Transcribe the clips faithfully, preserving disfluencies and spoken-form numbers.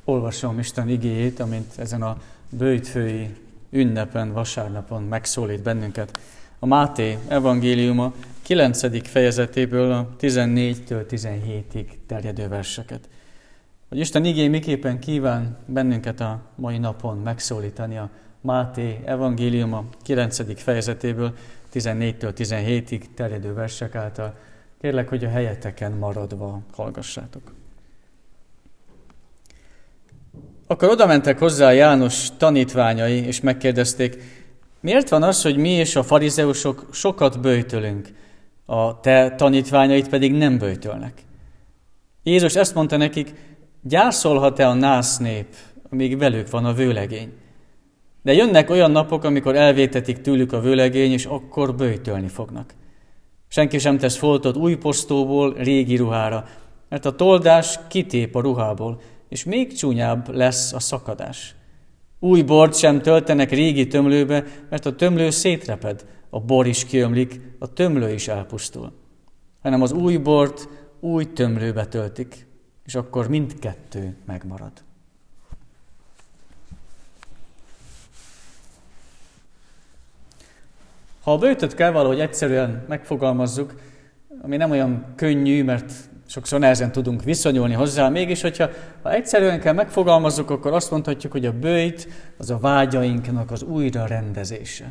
olvasom Isten igéjét, amint ezen a böjtfői ünnepen, vasárnapon megszólít bennünket. A Máté evangéliuma kilencedik fejezetéből a tizennégytől tizenhétig terjedő verseket. Hogy Isten igény miképpen kíván bennünket a mai napon megszólítani, a Máté evangéliuma kilencedik fejezetéből tizennégytől tizenhétig terjedő versek által. Kérlek, hogy a helyeteken maradva hallgassátok. Akkor odamentek hozzá János tanítványai, és megkérdezték, miért van az, hogy mi és a farizeusok sokat böjtölünk, a te tanítványait pedig nem böjtölnek? Jézus ezt mondta nekik, gyászolhat-e a nász nép, amíg velük van a vőlegény? De jönnek olyan napok, amikor elvétetik tőlük a vőlegény, és akkor böjtölni fognak. Senki sem tesz foltot új posztóból régi ruhára, mert a toldás kitép a ruhából, és még csúnyább lesz a szakadás. Új bort sem töltenek régi tömlőbe, mert a tömlő szétreped, a bor is kiömlik, a tömlő is elpusztul. Hanem az új bort új tömlőbe töltik, és akkor mindkettő megmarad. Ha a böjtöt kell valahogy egyszerűen megfogalmazzuk, ami nem olyan könnyű, mert sokszor nehezen tudunk viszonyulni hozzá, mégis, hogyha ha egyszerűen kell megfogalmazzuk, akkor azt mondhatjuk, hogy a böjt az a vágyainknak az újra rendezése.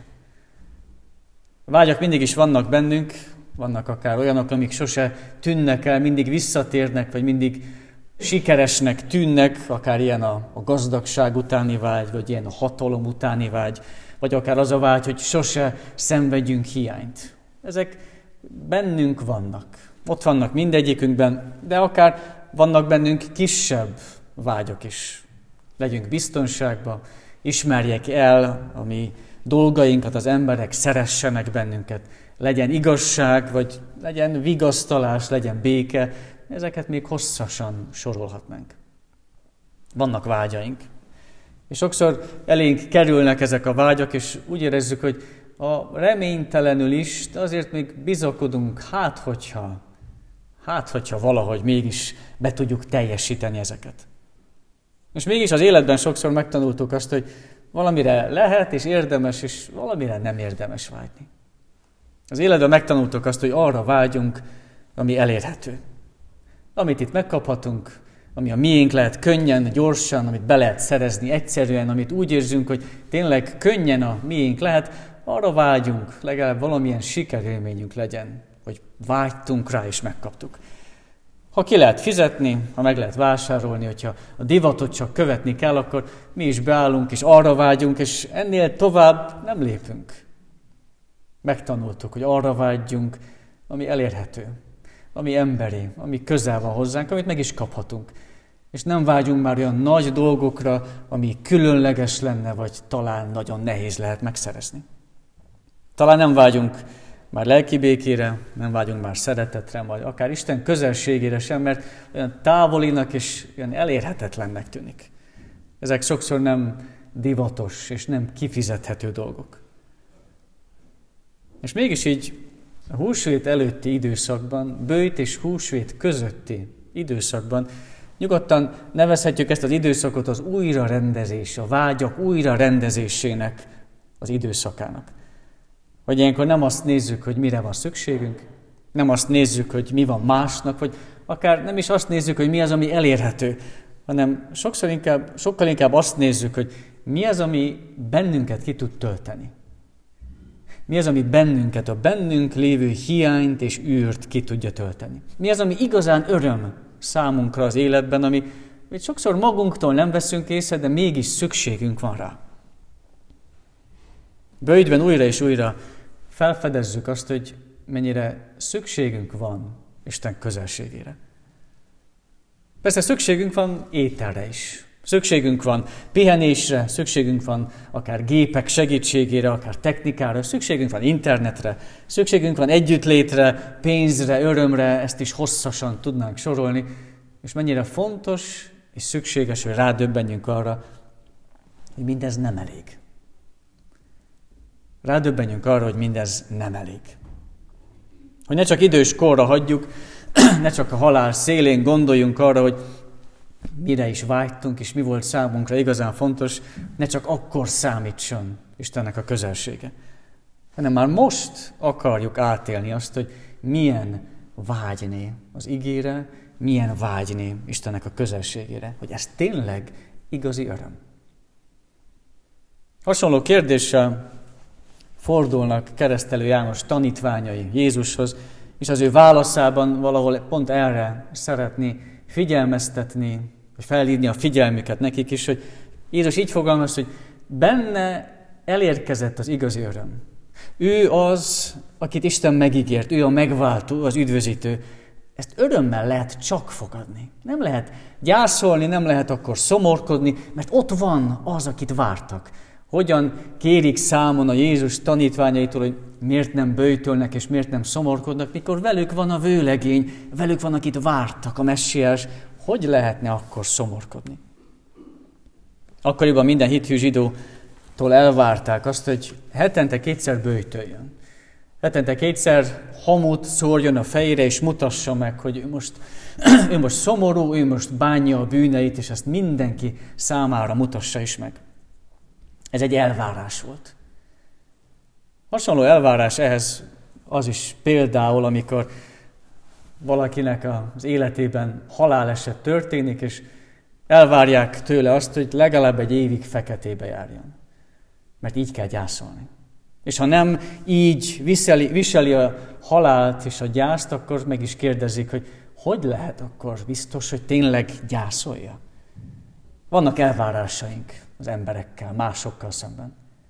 A vágyak mindig is vannak bennünk, vannak akár olyanok, amik sose tűnnek el, mindig visszatérnek, vagy mindig sikeresnek tűnnek, akár ilyen a, a gazdagság utáni vágy, vagy ilyen a hatalom utáni vágy, vagy akár az a vágy, hogy sose szenvedjünk hiányt. Ezek bennünk vannak. Ott vannak mindegyikünkben, de akár vannak bennünk kisebb vágyok is. Legyünk biztonságban, ismerjék el a mi dolgainkat, az emberek szeressenek bennünket. Legyen igazság, vagy legyen vigasztalás, legyen béke. Ezeket még hosszasan sorolhatnánk. Vannak vágyaink. És sokszor elénk kerülnek ezek a vágyak, és úgy érezzük, hogy a reménytelenül is, de azért még bizakodunk, hát hogyha, hát hogyha valahogy mégis be tudjuk teljesíteni ezeket. És mégis az életben sokszor megtanultuk azt, hogy valamire lehet és érdemes, és valamire nem érdemes vágyni. Az életben megtanultuk azt, hogy arra vágyunk, ami elérhető. Amit itt megkaphatunk, ami a miénk lehet könnyen, gyorsan, amit be lehet szerezni egyszerűen, amit úgy érzünk, hogy tényleg könnyen a miénk lehet, arra vágyunk, legalább valamilyen sikerélményünk legyen, hogy vágytunk rá és megkaptuk. Ha ki lehet fizetni, ha meg lehet vásárolni, hogyha a divatot csak követni kell, akkor mi is beállunk és arra vágyunk, és ennél tovább nem lépünk. Megtanultuk, hogy arra vágyjunk, ami elérhető, ami emberi, ami közel van hozzánk, amit meg is kaphatunk. És nem vágyunk már olyan nagy dolgokra, ami különleges lenne, vagy talán nagyon nehéz lehet megszerezni. Talán nem vágyunk már lelki békére, nem vágyunk már szeretetre, vagy akár Isten közelségére sem, mert olyan távolinak és olyan elérhetetlennek tűnik. Ezek sokszor nem divatos és nem kifizethető dolgok. És mégis így a húsvét előtti időszakban, böjt és húsvét közötti időszakban nyugodtan nevezhetjük ezt az időszakot az újrarendezés, a vágyak újrarendezésének az időszakának. Hogy ilyenkor nem azt nézzük, hogy mire van szükségünk, nem azt nézzük, hogy mi van másnak, vagy akár nem is azt nézzük, hogy mi az, ami elérhető, hanem sokszor inkább, sokkal inkább azt nézzük, hogy mi az, ami bennünket ki tud tölteni. Mi az, ami bennünket, a bennünk lévő hiányt és űrt ki tudja tölteni. Mi az, ami igazán öröm számunkra az életben, ami amit sokszor magunktól nem veszünk észre, de mégis szükségünk van rá. Böjtben újra és újra felfedezzük azt, hogy mennyire szükségünk van Isten közelségére. Persze szükségünk van ételre is. Szükségünk van pihenésre, szükségünk van akár gépek segítségére, akár technikára, szükségünk van internetre, szükségünk van együttlétre, pénzre, örömre, ezt is hosszasan tudnánk sorolni, és mennyire fontos és szükséges, hogy rádöbbenjünk arra, hogy mindez nem elég. Rádöbbenjünk arra, hogy mindez nem elég. Hogy ne csak idős korra hagyjuk, ne csak a halál szélén gondoljunk arra, hogy mire is vágytunk, és mi volt számunkra igazán fontos, ne csak akkor számítson Istennek a közelsége, hanem már most akarjuk átélni azt, hogy milyen vágyni az igére, milyen vágyni Istennek a közelségére, hogy ez tényleg igazi öröm. Hasonló kérdéssel fordulnak Keresztelő János tanítványai Jézushoz, és az ő válaszában valahol pont erre szeretné figyelmeztetni, vagy felhívni a figyelmüket nekik is, hogy Jézus így fogalmaz, hogy benne elérkezett az igazi öröm. Ő az, akit Isten megígért, ő a megváltó, az üdvözítő. Ezt örömmel lehet csak fogadni. Nem lehet gyászolni, nem lehet akkor szomorkodni, mert ott van az, akit vártak. Hogyan kérik számon a Jézus tanítványaitól, hogy miért nem böjtölnek és miért nem szomorkodnak, mikor velük van a vőlegény, velük van, akit vártak, a messiás, hogy lehetne akkor szomorkodni? Akkoriban minden hithű zsidótól elvárták azt, hogy hetente kétszer böjtöljön. Hetente kétszer hamut szórjon a fejére, és mutassa meg, hogy ő most, ő most szomorú, ő most bánja a bűneit, és ezt mindenki számára mutassa is meg. Ez egy elvárás volt. Hasonló elvárás ehhez az is például, amikor valakinek az életében haláleset történik, és elvárják tőle azt, hogy legalább egy évig feketébe járjon. Mert így kell gyászolni. És ha nem így viseli, viseli a halált és a gyászt, akkor meg is kérdezik, hogy hogy lehet akkor biztos, hogy tényleg gyászolja. Vannak elvárásaink az emberekkel, másokkal szemben.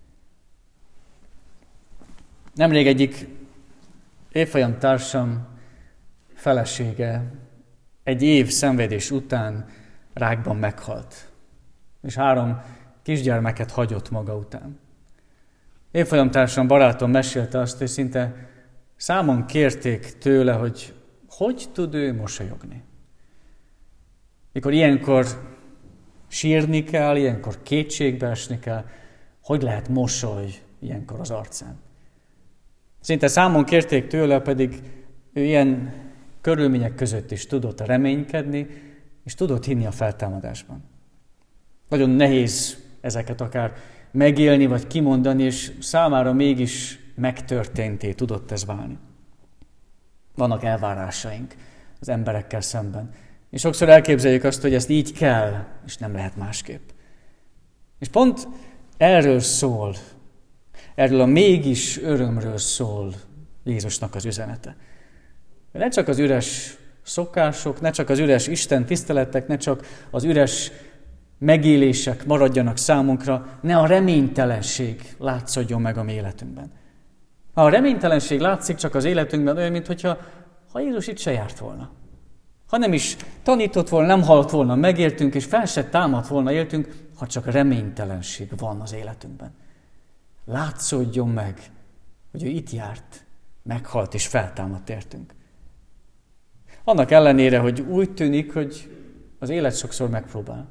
Nemrég egyik évfolyam társam felesége egy év szenvedés után rákban meghalt, és három kisgyermeket hagyott maga után. Évfolyamtársam, barátom mesélte azt, hogy szinte számon kérték tőle, hogy hogy tud ő mosolyogni. Mikor ilyenkor sírni kell, ilyenkor kétségbe esni kell, hogy lehet mosoly ilyenkor az arcán. Szinte számon kérték tőle, pedig ő ilyen körülmények között is tudott reménykedni, és tudott hinni a feltámadásban. Nagyon nehéz ezeket akár megélni, vagy kimondani, és számára mégis megtörténté tudott ez válni. Vannak elvárásaink az emberekkel szemben. És sokszor elképzeljük azt, hogy ezt így kell, és nem lehet másképp. És pont erről szól, erről a mégis örömről szól Jézusnak az üzenete. Ne csak az üres szokások, ne csak az üres Isten tiszteletek, ne csak az üres megélések maradjanak számunkra, ne a reménytelenség látszódjon meg a mi életünkben. Ha a reménytelenség látszik csak az életünkben, olyan, mintha ha Jézus itt se járt volna. Ha nem is tanított volna, nem halt volna, megértünk, és fel se támadt volna, éltünk, ha csak reménytelenség van az életünkben. Látszódjon meg, hogy ő itt járt, meghalt és feltámadt értünk. Annak ellenére, hogy úgy tűnik, hogy az élet sokszor megpróbál.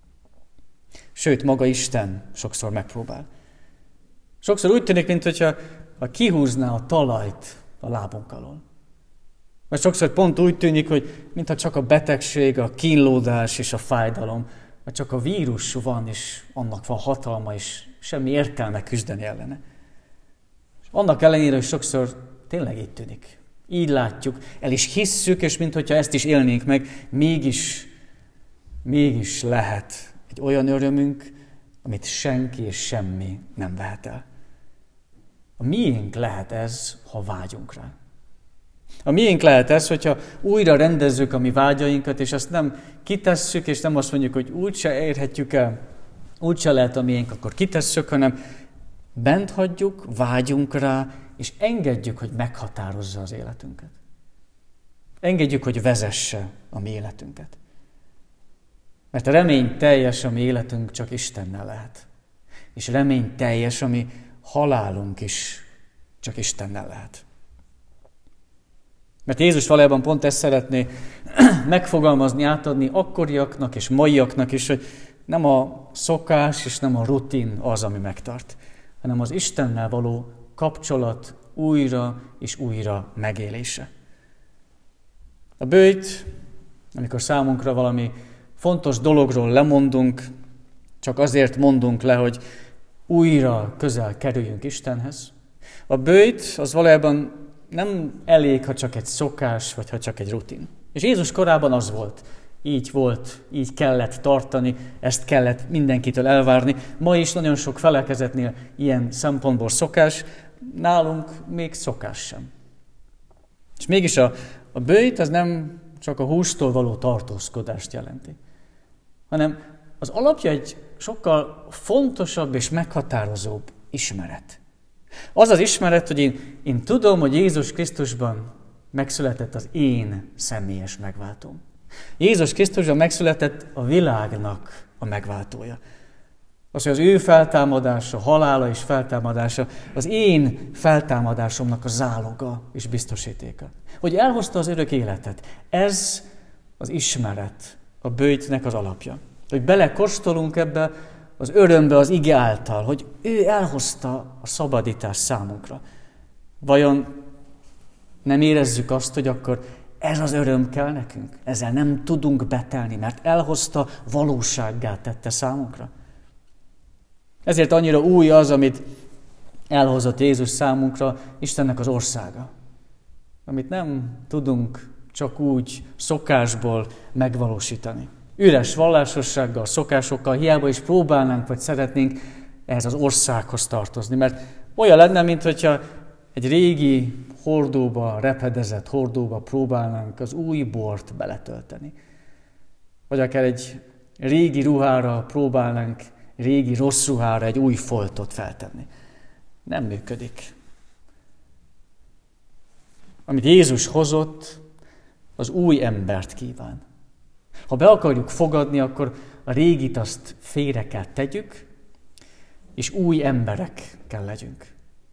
Sőt, maga Isten sokszor megpróbál. Sokszor úgy tűnik, mintha ha kihúzná a talajt a lábunk alól. Mert sokszor pont úgy tűnik, hogy mintha csak a betegség, a kínlódás és a fájdalom, vagy csak a vírus van, és annak van hatalma, és semmi értelme küzdeni ellene. És annak ellenére, hogy sokszor tényleg így tűnik. Így látjuk, el is hisszük, és mintha ezt is élnénk meg, mégis, mégis lehet egy olyan örömünk, amit senki és semmi nem vehet el. A miénk lehet ez, ha vágyunk rá. A miénk lehet ez, hogyha újra rendezzük a mi vágyainkat, és azt nem kitesszük, és nem azt mondjuk, hogy úgyse érhetjük el, úgyse lehet a miénk, akkor kitesszük, hanem bent hagyjuk, vágyunk rá, és engedjük, hogy meghatározza az életünket. Engedjük, hogy vezesse a mi életünket. Mert a remény teljes, a mi életünk csak Istennel lehet. És remény teljes, a mi halálunk is csak Istennel lehet. Mert Jézus valójában pont ezt szeretné megfogalmazni, átadni akkoriaknak és maiaknak is, hogy nem a szokás és nem a rutin az, ami megtart, hanem az Istennel való kapcsolat újra és újra megélése. A böjt, amikor számunkra valami fontos dologról lemondunk, csak azért mondunk le, hogy újra közel kerüljünk Istenhez. A böjt az valójában nem elég, ha csak egy szokás, vagy ha csak egy rutin. És Jézus korában az volt. Így volt, így kellett tartani, ezt kellett mindenkitől elvárni. Ma is nagyon sok felekezetnél ilyen szempontból szokás, nálunk még szokás sem. És mégis a, a böjt az nem csak a hústól való tartózkodást jelenti, hanem az alapja egy sokkal fontosabb és meghatározóbb ismeret. Az az ismeret, hogy én, én tudom, hogy Jézus Krisztusban megszületett az én személyes megváltóm. Jézus Krisztusban megszületett a világnak a megváltója. Az, hogy az ő feltámadása, halála és feltámadása az én feltámadásomnak a záloga és biztosítéka. Hogy elhozta az örök életet. Ez az ismeret, a böjtnek az alapja. Hogy belekóstolunk ebbe az örömbe az ige által, hogy ő elhozta a szabadítást számunkra. Vajon nem érezzük azt, hogy akkor ez az öröm kell nekünk? Ezzel nem tudunk betelni, mert elhozta, valósággá tette számunkra. Ezért annyira új az, amit elhozott Jézus számunkra, Istennek az országa. Amit nem tudunk csak úgy szokásból megvalósítani. Üres vallásossággal, szokásokkal, hiába is próbálnánk, vagy szeretnénk ehhez az országhoz tartozni. Mert olyan lenne, mintha egy régi hordóba, repedezett hordóba próbálnánk az új bort beletölteni. Vagy akár egy régi ruhára próbálnánk, régi rossz ruhára egy új foltot feltenni. Nem működik. Amit Jézus hozott, az új embert kíván. Ha be akarjuk fogadni, akkor a régit azt félre kell tegyük, és új emberek kell legyünk.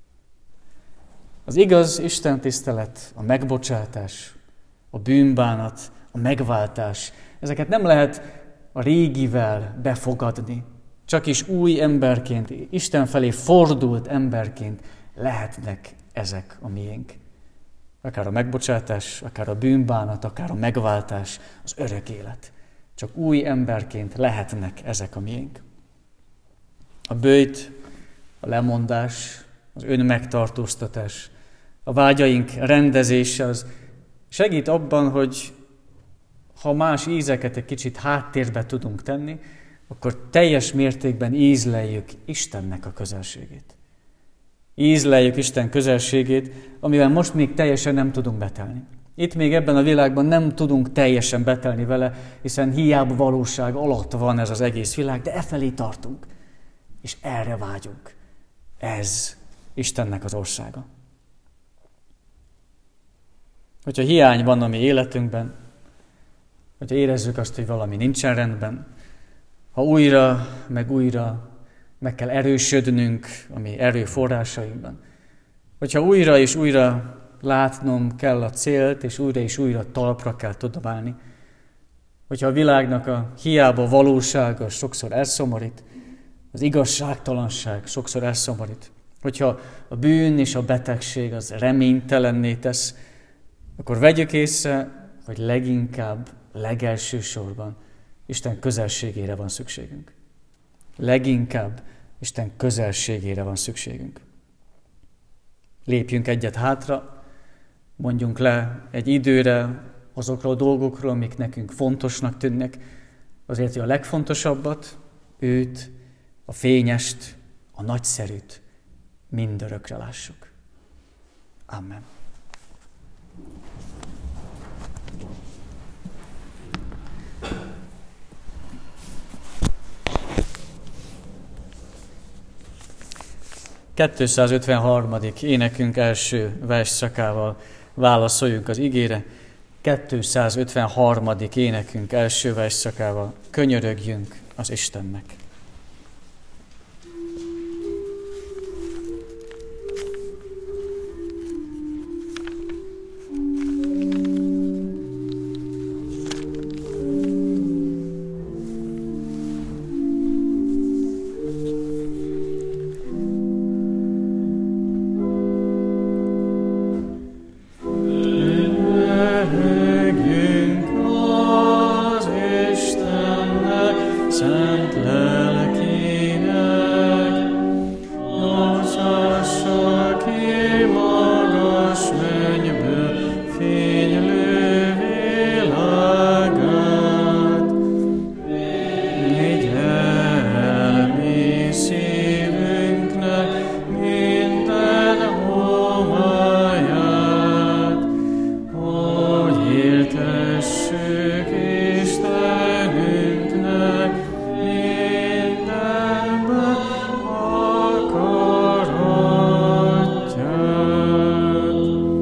Az igaz Isten tisztelet, a megbocsátás, a bűnbánat, a megváltás, ezeket nem lehet a régivel befogadni. Csak is új emberként, Isten felé fordult emberként lehetnek ezek a miénk. Akár a megbocsátás, akár a bűnbánat, akár a megváltás, az örök élet. Csak új emberként lehetnek ezek a miénk. A böjt, a lemondás, az önmegtartóztatás, a vágyaink rendezése az segít abban, hogy ha más ízeket egy kicsit háttérbe tudunk tenni, akkor teljes mértékben ízleljük Istennek a közelségét. Ízleljük Isten közelségét, amivel most még teljesen nem tudunk betelni. Itt még ebben a világban nem tudunk teljesen betelni vele, hiszen hiába valóság alatt van ez az egész világ, de e felé tartunk, és erre vágyunk. Ez Istennek az országa. Hogyha hiány van a mi életünkben, hogyha érezzük azt, hogy valami nincsen rendben, ha újra, meg újra meg kell erősödnünk a mi erőforrásainkban, hogyha újra és újra látnom kell a célt, és újra és újra talpra kell tudom állni, hogyha a világnak a hiába valósága sokszor elszomorít, az igazságtalanság sokszor elszomorít, hogyha a bűn és a betegség az reménytelenné tesz, akkor vegyük észre, hogy leginkább, legelső sorban Isten közelségére van szükségünk. Leginkább Isten közelségére van szükségünk. Lépjünk egyet hátra, mondjunk le egy időre azokról a dolgokról, amik nekünk fontosnak tűnnek, azért, hogy a legfontosabbat, őt, a fényest, a nagyszerűt mindörökre lássuk. Amen. kétszázötvenharmadik énekünk első versszakával válaszoljunk az igére. kétszázötvenharmadik énekünk első versszakával könyörögjünk az Istennek. Könyörögjünk az Istennek. lássa ki magas mennyből fénylő világát. Vigy el mi szívünknek minden homályát, hogy éltessük Istenünknek mindenben akaratját.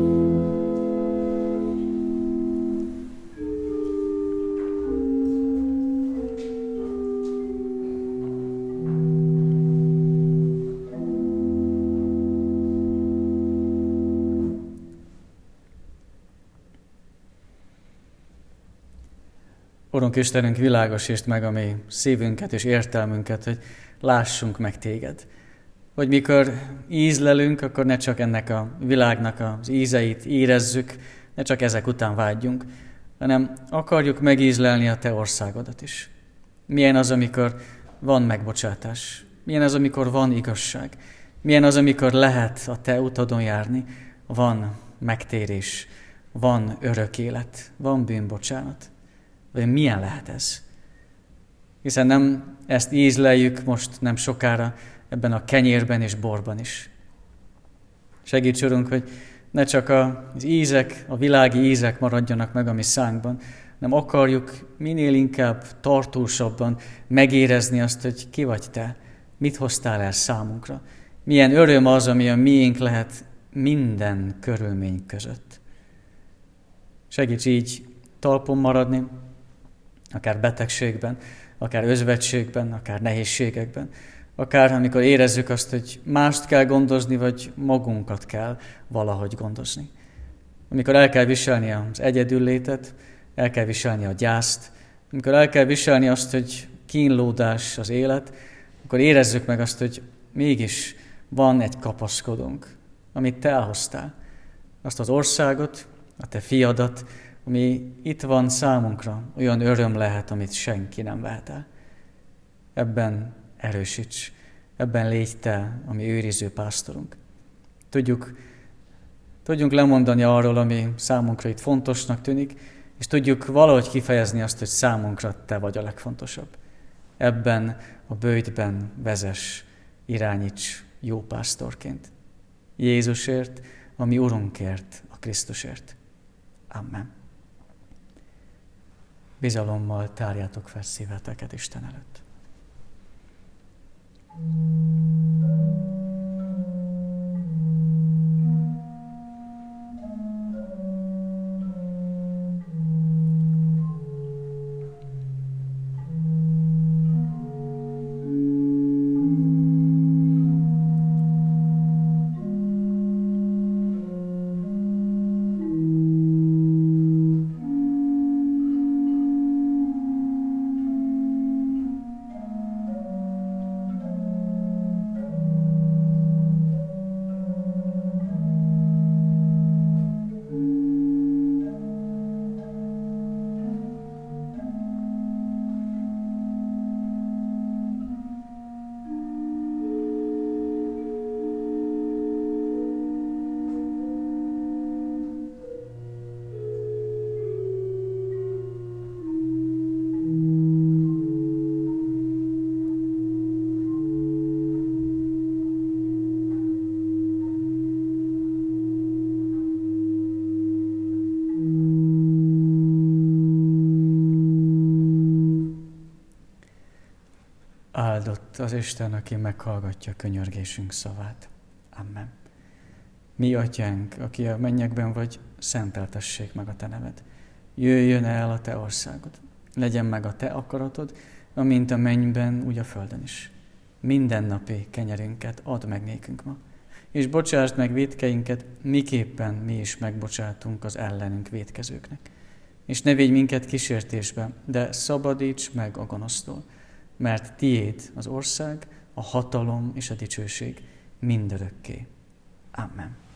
Urunk Istenünk, világosítsd meg a mi szívünket és értelmünket, hogy lássunk meg téged. Hogy mikor ízlelünk, akkor ne csak ennek a világnak az ízeit érezzük, ne csak ezek után vágyjunk, hanem akarjuk megízlelni a te országodat is. Milyen az, amikor van megbocsátás, milyen az, amikor van igazság, milyen az, amikor lehet a te utadon járni, van megtérés, van örök élet, van bűnbocsánat. Vagy milyen lehet ez? Hiszen nem ezt ízleljük most nem sokára ebben a kenyérben és borban is. Segíts, Urunk, hogy ne csak az ízek, a világi ízek maradjanak meg a mi szánkban, nem akarjuk minél inkább tartósabban megérezni azt, hogy ki vagy te, mit hoztál el számunkra. Milyen öröm az, ami a miénk lehet minden körülmény között. Segíts így talpon maradni, akár betegségben, akár özvegységben, akár nehézségekben, akár amikor érezzük azt, hogy mást kell gondozni, vagy magunkat kell valahogy gondozni. Amikor el kell viselni az egyedüllétet, el kell viselni a gyászt, amikor el kell viselni azt, hogy kínlódás az élet, akkor érezzük meg azt, hogy mégis van egy kapaszkodónk, amit te elhoztál. Azt az országot, a te fiadat, ami itt van számunkra, olyan öröm lehet, amit senki nem vehet el. Ebben erősíts, ebben légy te, ami őriző pásztorunk. Tudjuk, tudjunk lemondani arról, ami számunkra itt fontosnak tűnik, és tudjuk valahogy kifejezni azt, hogy számunkra te vagy a legfontosabb. Ebben a böjtben vezess, irányíts jó pásztorként. Jézusért, a mi Urunkért, a Krisztusért. Amen. Bizalommal tárjátok fel szíveteket Isten előtt. Áldott az Isten, aki meghallgatja könyörgésünk szavát. Amen. Mi atyánk, aki a mennyekben vagy, szenteltessék meg a te neved. Jöjjön el a te országod. Legyen meg a te akaratod, amint a mennyben, úgy a földön is. Mindennapi kenyerünket add meg nékünk ma. És bocsásd meg vétkeinket, miképpen mi is megbocsátunk az ellenünk vétkezőknek. És ne védj minket kísértésbe, de szabadíts meg a gonosztól. Mert tiéd az ország, a hatalom és a dicsőség mindörökké. Amen.